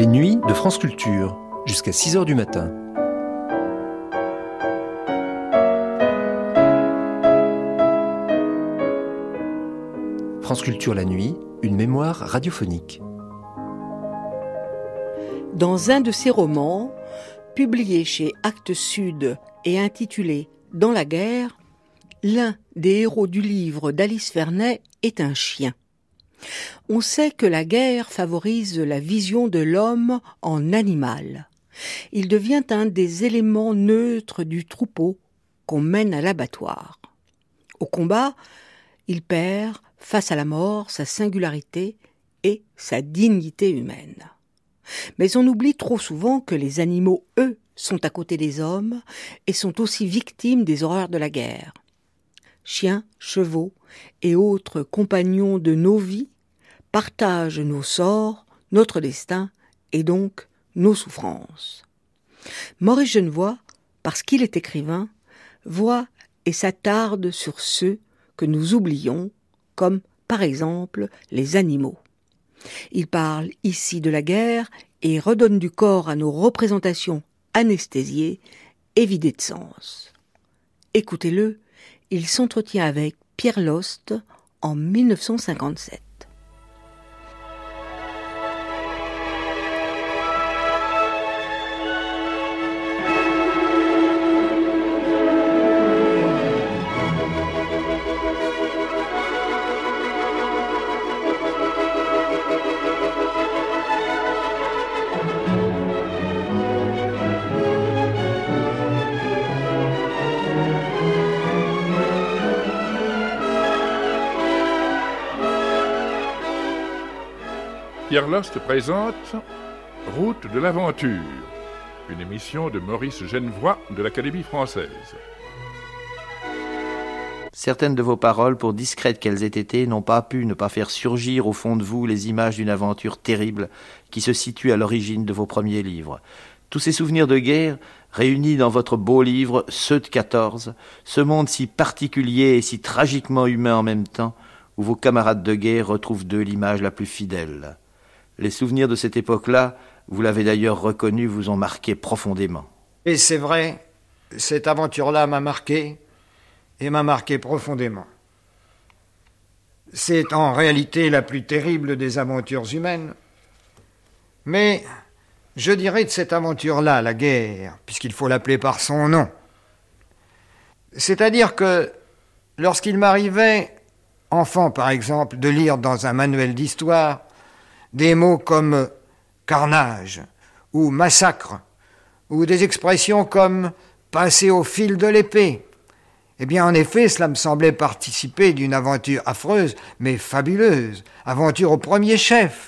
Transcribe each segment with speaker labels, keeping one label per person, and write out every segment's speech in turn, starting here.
Speaker 1: Les nuits de France Culture, jusqu'à 6h du matin. France Culture la nuit, une mémoire radiophonique.
Speaker 2: Dans un de ses romans, publié chez Actes Sud et intitulé « Dans la guerre », l'un des héros du livre d'Alice Vernet est un chien. On sait que la guerre favorise la vision de l'homme en animal. Il devient un des éléments neutres du troupeau qu'on mène à l'abattoir. Au combat, il perd, face à la mort, sa singularité et sa dignité humaine. Mais on oublie trop souvent que les animaux, eux, sont à côté des hommes et sont aussi victimes des horreurs de la guerre. Chiens, chevaux et autres compagnons de nos vies partagent nos sorts, notre destin et donc nos souffrances. Maurice Genevoix, parce qu'il est écrivain, voit et s'attarde sur ceux que nous oublions, comme par exemple les animaux. Il parle ici de la guerre et redonne du corps à nos représentations anesthésiées et vidées de sens. Écoutez-le, il s'entretient avec Pierre Lost en 1957.
Speaker 3: Pierre Lost présente Route de l'aventure, une émission de Maurice Genevoix de l'Académie française.
Speaker 4: Certaines de vos paroles, pour discrètes qu'elles aient été, n'ont pas pu ne pas faire surgir au fond de vous les images d'une aventure terrible qui se situe à l'origine de vos premiers livres. Tous ces souvenirs de guerre, réunis dans votre beau livre, Ceux de 14, ce monde si particulier et si tragiquement humain en même temps, où vos camarades de guerre retrouvent d'eux l'image la plus fidèle. Les souvenirs de cette époque-là, vous l'avez d'ailleurs reconnu, vous ont marqué profondément.
Speaker 5: Et c'est vrai, cette aventure-là m'a marqué, et m'a marqué profondément. C'est en réalité la plus terrible des aventures humaines. Mais je dirais de cette aventure-là, la guerre, puisqu'il faut l'appeler par son nom. C'est-à-dire que lorsqu'il m'arrivait, enfant par exemple, de lire dans un manuel d'histoire des mots comme carnage ou massacre, ou des expressions comme passer au fil de l'épée, eh bien en effet cela me semblait participer d'une aventure affreuse mais fabuleuse, aventure au premier chef.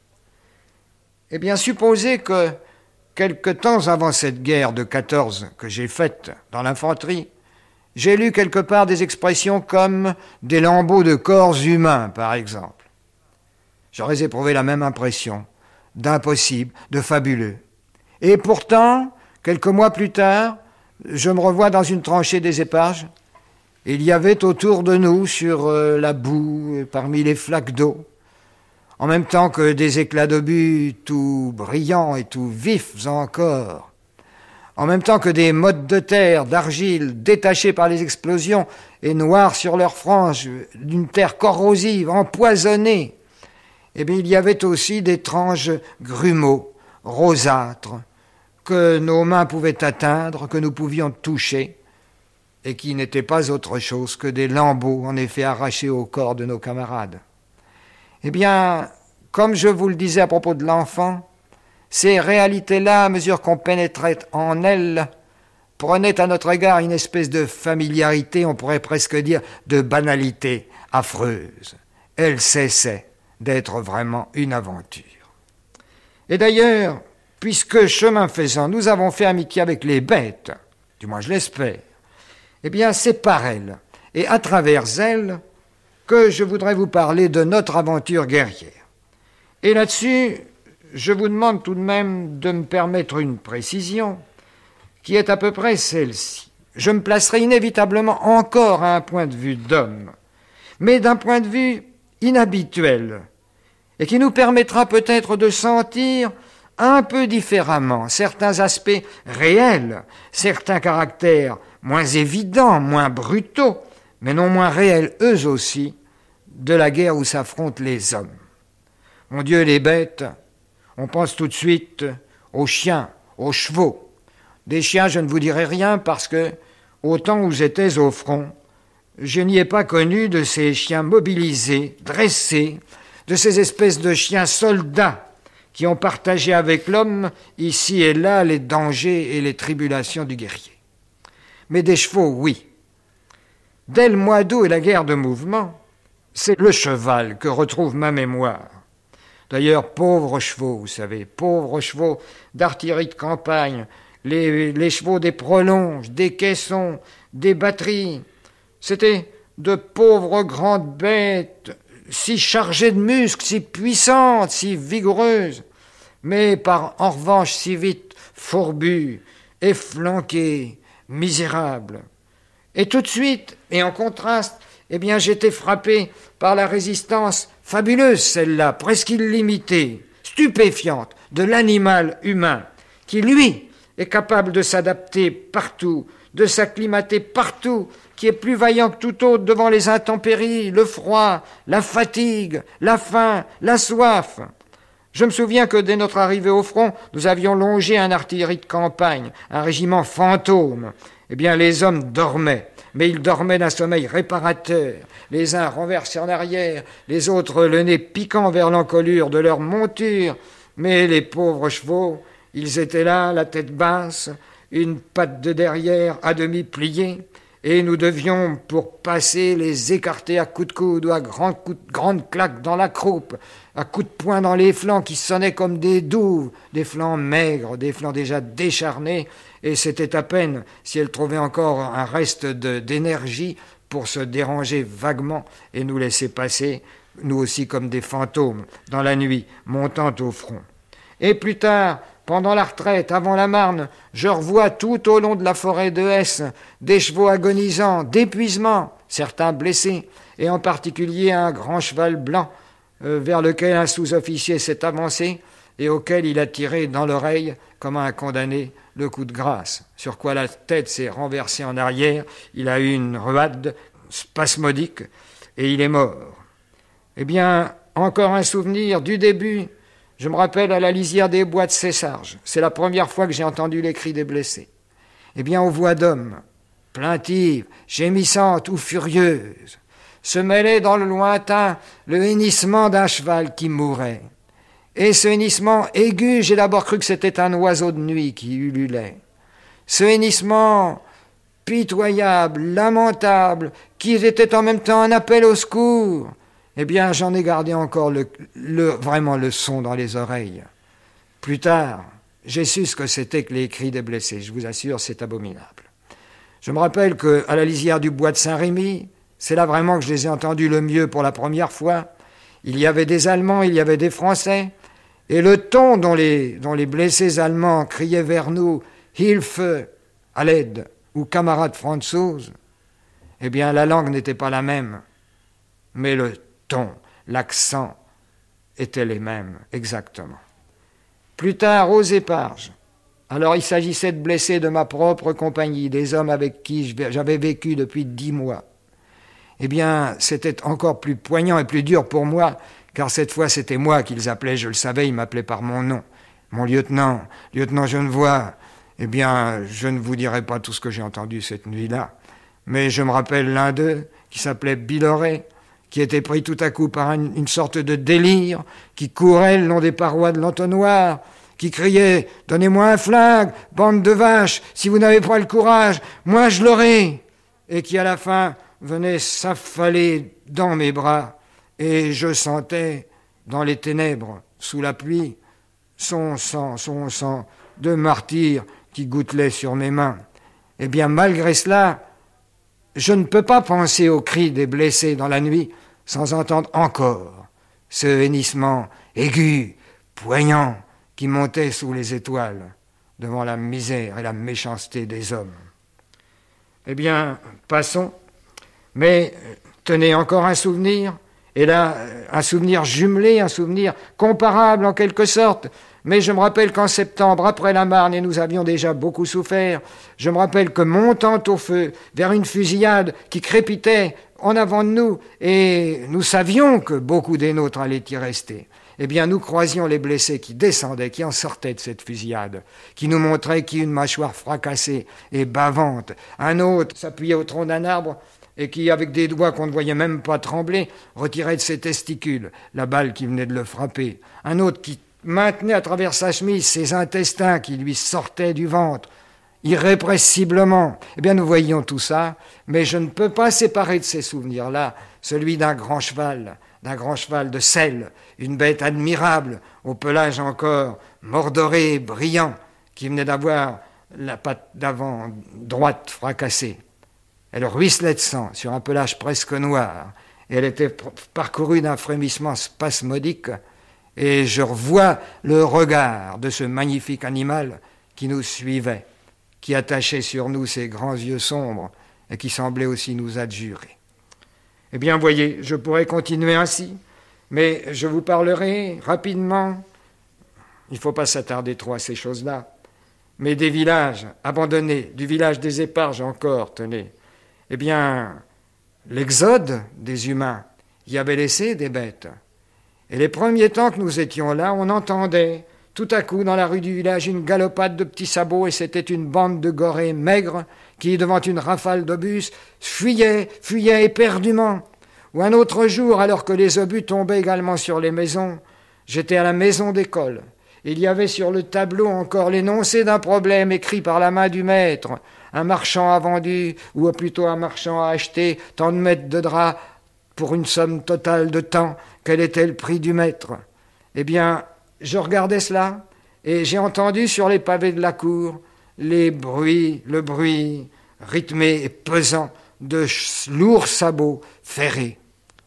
Speaker 5: Eh bien supposez que quelque temps avant cette guerre de 14 que j'ai faite dans l'infanterie, j'ai lu quelque part des expressions comme des lambeaux de corps humains par exemple. J'aurais éprouvé la même impression, d'impossible, de fabuleux. Et pourtant, quelques mois plus tard, je me revois dans une tranchée des Éparges. Il y avait autour de nous, sur la boue, parmi les flaques d'eau, en même temps que des éclats d'obus tout brillants et tout vifs encore, en même temps que des mottes de terre, d'argile, détachées par les explosions et noires sur leurs franges, d'une terre corrosive, empoisonnée, eh bien, il y avait aussi d'étranges grumeaux, rosâtres, que nos mains pouvaient atteindre, que nous pouvions toucher, et qui n'étaient pas autre chose que des lambeaux, en effet, arrachés au corps de nos camarades. Eh bien, comme je vous le disais à propos de l'enfant, ces réalités-là, à mesure qu'on pénétrait en elles, prenaient à notre égard une espèce de familiarité, on pourrait presque dire de banalité affreuse. Elles cessaient d'être vraiment une aventure. Et d'ailleurs, puisque chemin faisant, nous avons fait amitié avec les bêtes, du moins je l'espère, eh bien c'est par elles, et à travers elles, que je voudrais vous parler de notre aventure guerrière. Et là-dessus, je vous demande tout de même de me permettre une précision, qui est à peu près celle-ci. Je me placerai inévitablement encore à un point de vue d'homme, mais d'un point de vue inhabituel, et qui nous permettra peut-être de sentir un peu différemment certains aspects réels, certains caractères moins évidents, moins brutaux, mais non moins réels eux aussi, de la guerre où s'affrontent les hommes. Mon Dieu, les bêtes, on pense tout de suite aux chiens, aux chevaux. Des chiens, je ne vous dirai rien parce que, au temps où j'étais au front, je n'y ai pas connu de ces chiens mobilisés, dressés, de ces espèces de chiens soldats qui ont partagé avec l'homme, ici et là, les dangers et les tribulations du guerrier. Mais des chevaux, oui. Dès le mois d'août et la guerre de mouvement, c'est le cheval que retrouve ma mémoire. D'ailleurs, pauvres chevaux, vous savez, pauvres chevaux d'artillerie de campagne, les chevaux des prolonges, des caissons, des batteries. C'était de pauvres grandes bêtes, si chargées de muscles, si puissantes, si vigoureuses, mais en revanche si vite fourbues, efflanquées, misérables. Et tout de suite, et en contraste, j'étais frappé par la résistance fabuleuse, celle-là, presque illimitée, stupéfiante, de l'animal humain, qui, lui, est capable de s'adapter partout, de s'acclimater partout, qui est plus vaillant que tout autre devant les intempéries, le froid, la fatigue, la faim, la soif. Je me souviens que dès notre arrivée au front, nous avions longé un artillerie de campagne, un régiment fantôme. Les hommes dormaient, mais ils dormaient d'un sommeil réparateur, les uns renversés en arrière, les autres le nez piquant vers l'encolure de leur monture. Mais les pauvres chevaux, ils étaient là, la tête basse, une patte de derrière à demi pliée, et nous devions, pour passer, les écarter à coups de coude ou à grandes claques dans la croupe, à coups de poing dans les flancs qui sonnaient comme des douves, des flancs maigres, des flancs déjà décharnés, et c'était à peine si elles trouvaient encore un reste d'énergie pour se déranger vaguement et nous laisser passer, nous aussi comme des fantômes, dans la nuit, montant au front. Et plus tard, pendant la retraite, avant la Marne, je revois tout au long de la forêt de Hesse des chevaux agonisants, d'épuisement, certains blessés, et en particulier un grand cheval blanc vers lequel un sous-officier s'est avancé et auquel il a tiré dans l'oreille, comme un condamné, le coup de grâce, sur quoi la tête s'est renversée en arrière, il a eu une ruade spasmodique et il est mort. Encore un souvenir du début. Je me rappelle à la lisière des bois de Cessarges. C'est la première fois que j'ai entendu les cris des blessés. Aux voix d'hommes, plaintives, gémissantes ou furieuses, se mêlait dans le lointain le hennissement d'un cheval qui mourait. Et ce hennissement aigu, j'ai d'abord cru que c'était un oiseau de nuit qui ululait. Ce hennissement pitoyable, lamentable, qui était en même temps un appel au secours, j'en ai gardé encore vraiment le son dans les oreilles. Plus tard, j'ai su ce que c'était que les cris des blessés. Je vous assure, c'est abominable. Je me rappelle qu'à la lisière du bois de Saint-Rémy, c'est là vraiment que je les ai entendus le mieux pour la première fois. Il y avait des Allemands, il y avait des Français, et le ton dont les blessés allemands criaient vers nous « Hilfe » à l'aide ou « camarades Franzose », la langue n'était pas la même, mais le ton, l'accent étaient les mêmes, exactement. Plus tard, aux Éparges, alors il s'agissait de blessés de ma propre compagnie, des hommes avec qui j'avais vécu depuis 10 mois. C'était encore plus poignant et plus dur pour moi, car cette fois c'était moi qu'ils appelaient, je le savais, ils m'appelaient par mon nom. Mon lieutenant Genevois, je ne vous dirai pas tout ce que j'ai entendu cette nuit-là, mais je me rappelle l'un d'eux, qui s'appelait Biloret, qui était pris tout à coup par une sorte de délire, qui courait le long des parois de l'entonnoir, qui criait « Donnez-moi un flingue, bande de vaches, si vous n'avez pas le courage, moi je l'aurai !» et qui à la fin venait s'affaler dans mes bras, et je sentais dans les ténèbres, sous la pluie, son sang de martyr qui gouttelait sur mes mains. Malgré cela, je ne peux pas penser aux cris des blessés dans la nuit sans entendre encore ce hennissement aigu, poignant, qui montait sous les étoiles devant la misère et la méchanceté des hommes. Passons, mais tenez encore un souvenir, Et là, un souvenir jumelé, un souvenir comparable en quelque sorte. Mais je me rappelle qu'en septembre, après la Marne, et nous avions déjà beaucoup souffert, je me rappelle que montant au feu, vers une fusillade qui crépitait en avant de nous, et nous savions que beaucoup des nôtres allaient y rester, eh bien nous croisions les blessés qui descendaient, qui en sortaient de cette fusillade, qui nous montraient qui une mâchoire fracassée et bavante, un autre s'appuyait au tronc d'un arbre, et qui, avec des doigts qu'on ne voyait même pas trembler, retirait de ses testicules la balle qui venait de le frapper, un autre qui maintenait à travers sa chemise ses intestins qui lui sortaient du ventre, irrépressiblement. Eh bien, nous voyions tout ça, mais je ne peux pas séparer de ces souvenirs-là celui d'un grand cheval de selle, une bête admirable, au pelage encore mordoré et brillant, qui venait d'avoir la patte d'avant droite fracassée. Elle ruisselait de sang sur un pelage presque noir, et elle était parcourue d'un frémissement spasmodique, et je revois le regard de ce magnifique animal qui nous suivait, qui attachait sur nous ses grands yeux sombres et qui semblait aussi nous adjurer. Eh bien, voyez, je pourrais continuer ainsi, mais je vous parlerai rapidement, il ne faut pas s'attarder trop à ces choses-là, mais des villages abandonnés, du village des Éparges encore, tenez. Eh bien, l'exode des humains y avait laissé des bêtes. Et les premiers temps que nous étions là, on entendait tout à coup dans la rue du village une galopade de petits sabots, et c'était une bande de gorées maigres qui, devant une rafale d'obus, fuyait éperdument. Ou un autre jour, alors que les obus tombaient également sur les maisons, j'étais à la maison d'école. Il y avait sur le tableau encore l'énoncé d'un problème écrit par la main du maître. Un marchand a vendu, ou plutôt un marchand a acheté tant de mètres de drap pour une somme totale de temps. Quel était le prix du mètre? Eh bien, je regardais cela, et j'ai entendu sur les pavés de la cour le bruit rythmé et pesant de lourds sabots ferrés.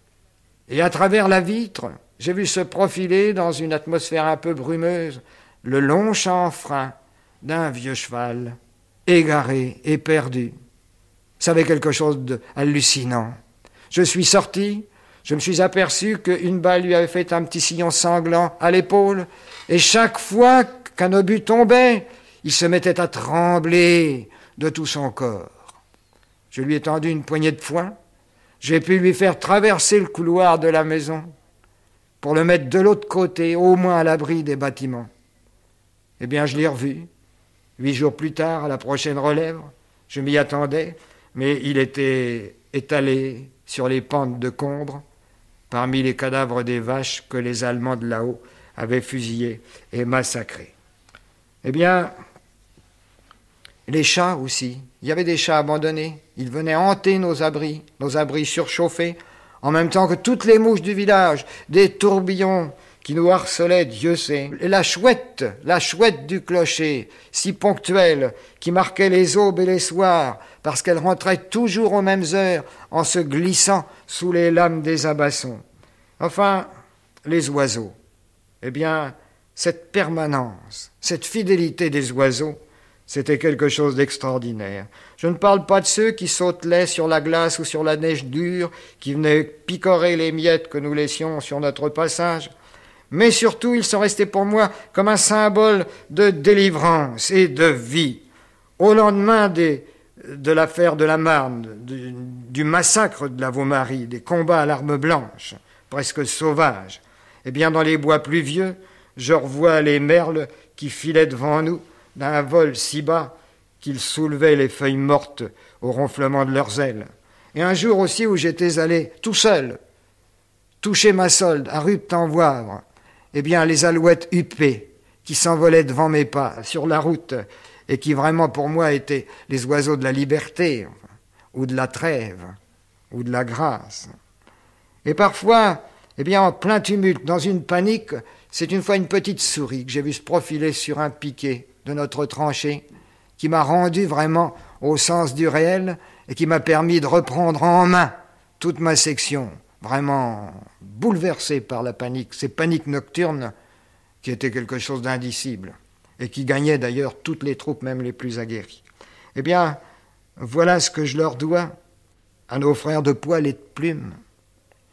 Speaker 5: Et à travers la vitre, j'ai vu se profiler dans une atmosphère un peu brumeuse le long chanfrein d'un vieux cheval, égaré et perdu. Ça avait quelque chose d'hallucinant. Je suis sorti, je me suis aperçu qu'une balle lui avait fait un petit sillon sanglant à l'épaule, et chaque fois qu'un obus tombait, il se mettait à trembler de tout son corps. Je lui ai tendu une poignée de foin, j'ai pu lui faire traverser le couloir de la maison pour le mettre de l'autre côté, au moins à l'abri des bâtiments. Eh bien, je l'ai revu, 8 jours plus tard, à la prochaine relève. Je m'y attendais, mais il était étalé sur les pentes de Combre, parmi les cadavres des vaches que les Allemands de là-haut avaient fusillés et massacrés. Eh bien, les chats aussi. Il y avait des chats abandonnés. Ils venaient hanter nos abris surchauffés, en même temps que toutes les mouches du village, des tourbillons qui nous harcelaient, Dieu sait. Et la chouette du clocher, si ponctuelle, qui marquait les aubes et les soirs, parce qu'elle rentrait toujours aux mêmes heures en se glissant sous les lames des abassons. Enfin, les oiseaux. Eh bien, cette permanence, cette fidélité des oiseaux, c'était quelque chose d'extraordinaire. Je ne parle pas de ceux qui sautelaient sur la glace ou sur la neige dure, qui venaient picorer les miettes que nous laissions sur notre passage, mais surtout ils sont restés pour moi comme un symbole de délivrance et de vie. Au lendemain de l'affaire de la Marne, du massacre de la Vaumarie, des combats à l'arme blanche, presque sauvages, eh bien dans les bois pluvieux, je revois les merles qui filaient devant nous d'un vol si bas qu'ils soulevaient les feuilles mortes au ronflement de leurs ailes. Et un jour aussi où j'étais allé tout seul toucher ma solde à Rupes-en-Voivre, eh bien les alouettes huppées qui s'envolaient devant mes pas sur la route et qui vraiment pour moi étaient les oiseaux de la liberté ou de la trêve ou de la grâce. Et parfois, eh bien en plein tumulte, dans une panique, c'est une fois une petite souris que j'ai vue se profiler sur un piquet de notre tranchée, qui m'a rendu vraiment au sens du réel et qui m'a permis de reprendre en main toute ma section, vraiment bouleversée par la panique, ces paniques nocturnes qui étaient quelque chose d'indicible et qui gagnaient d'ailleurs toutes les troupes, même les plus aguerries. Eh bien, voilà ce que je leur dois à nos frères de poil et de plume.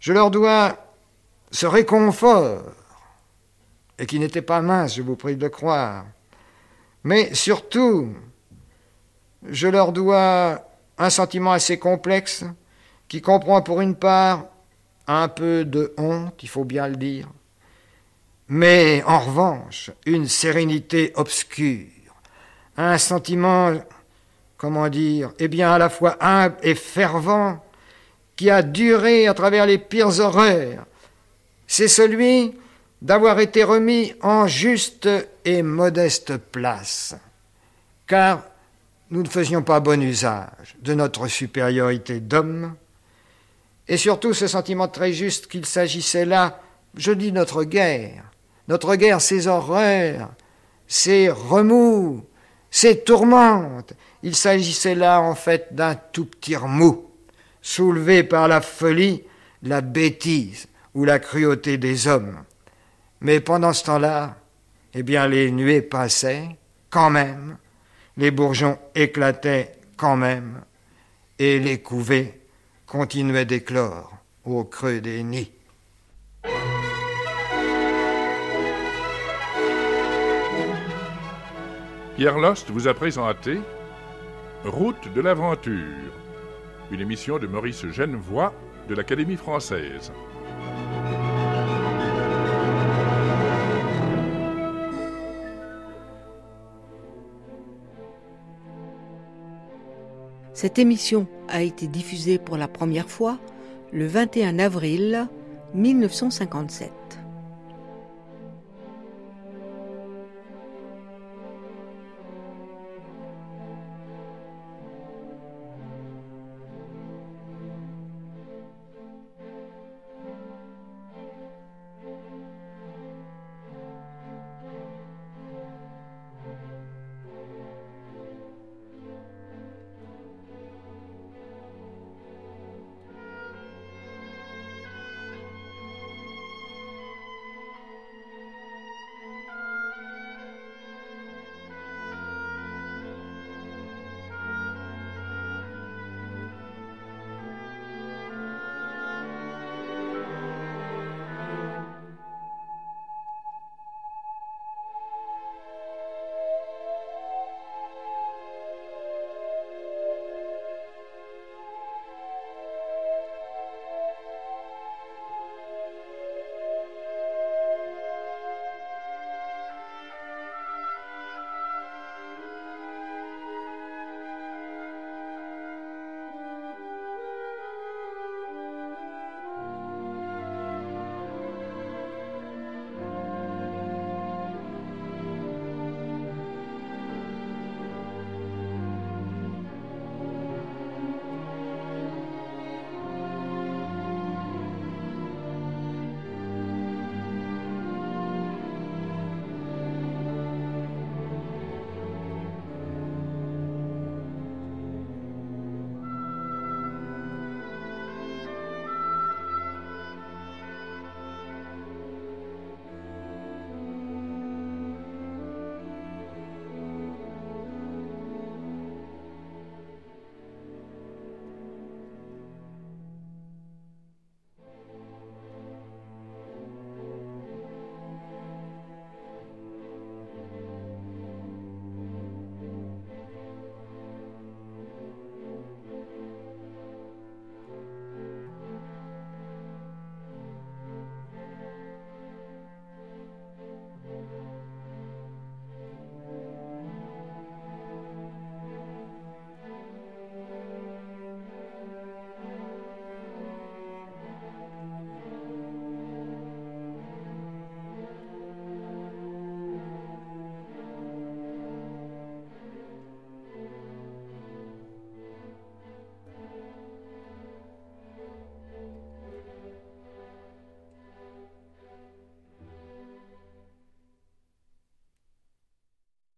Speaker 5: Je leur dois ce réconfort, et qui n'était pas mince, je vous prie de le croire. Mais surtout, je leur dois un sentiment assez complexe qui comprend pour une part un peu de honte, il faut bien le dire, mais en revanche une sérénité obscure, un sentiment, comment dire, à la fois humble et fervent qui a duré à travers les pires horreurs. C'est celui d'avoir été remis en juste et modeste place, car nous ne faisions pas bon usage de notre supériorité d'homme, et surtout ce sentiment très juste qu'il s'agissait là, je dis notre guerre, ses horreurs, ses remous, ses tourmentes, il s'agissait là en fait d'un tout petit remous, soulevé par la folie, la bêtise ou la cruauté des hommes. Mais pendant ce temps-là, les nuées passaient quand même, les bourgeons éclataient quand même, et les couvées continuaient d'éclore au creux des nids.
Speaker 3: Pierre Lost vous a présenté Route de l'aventure, une émission de Maurice Genevoix de l'Académie française.
Speaker 2: Cette émission a été diffusée pour la première fois le 21 avril 1957.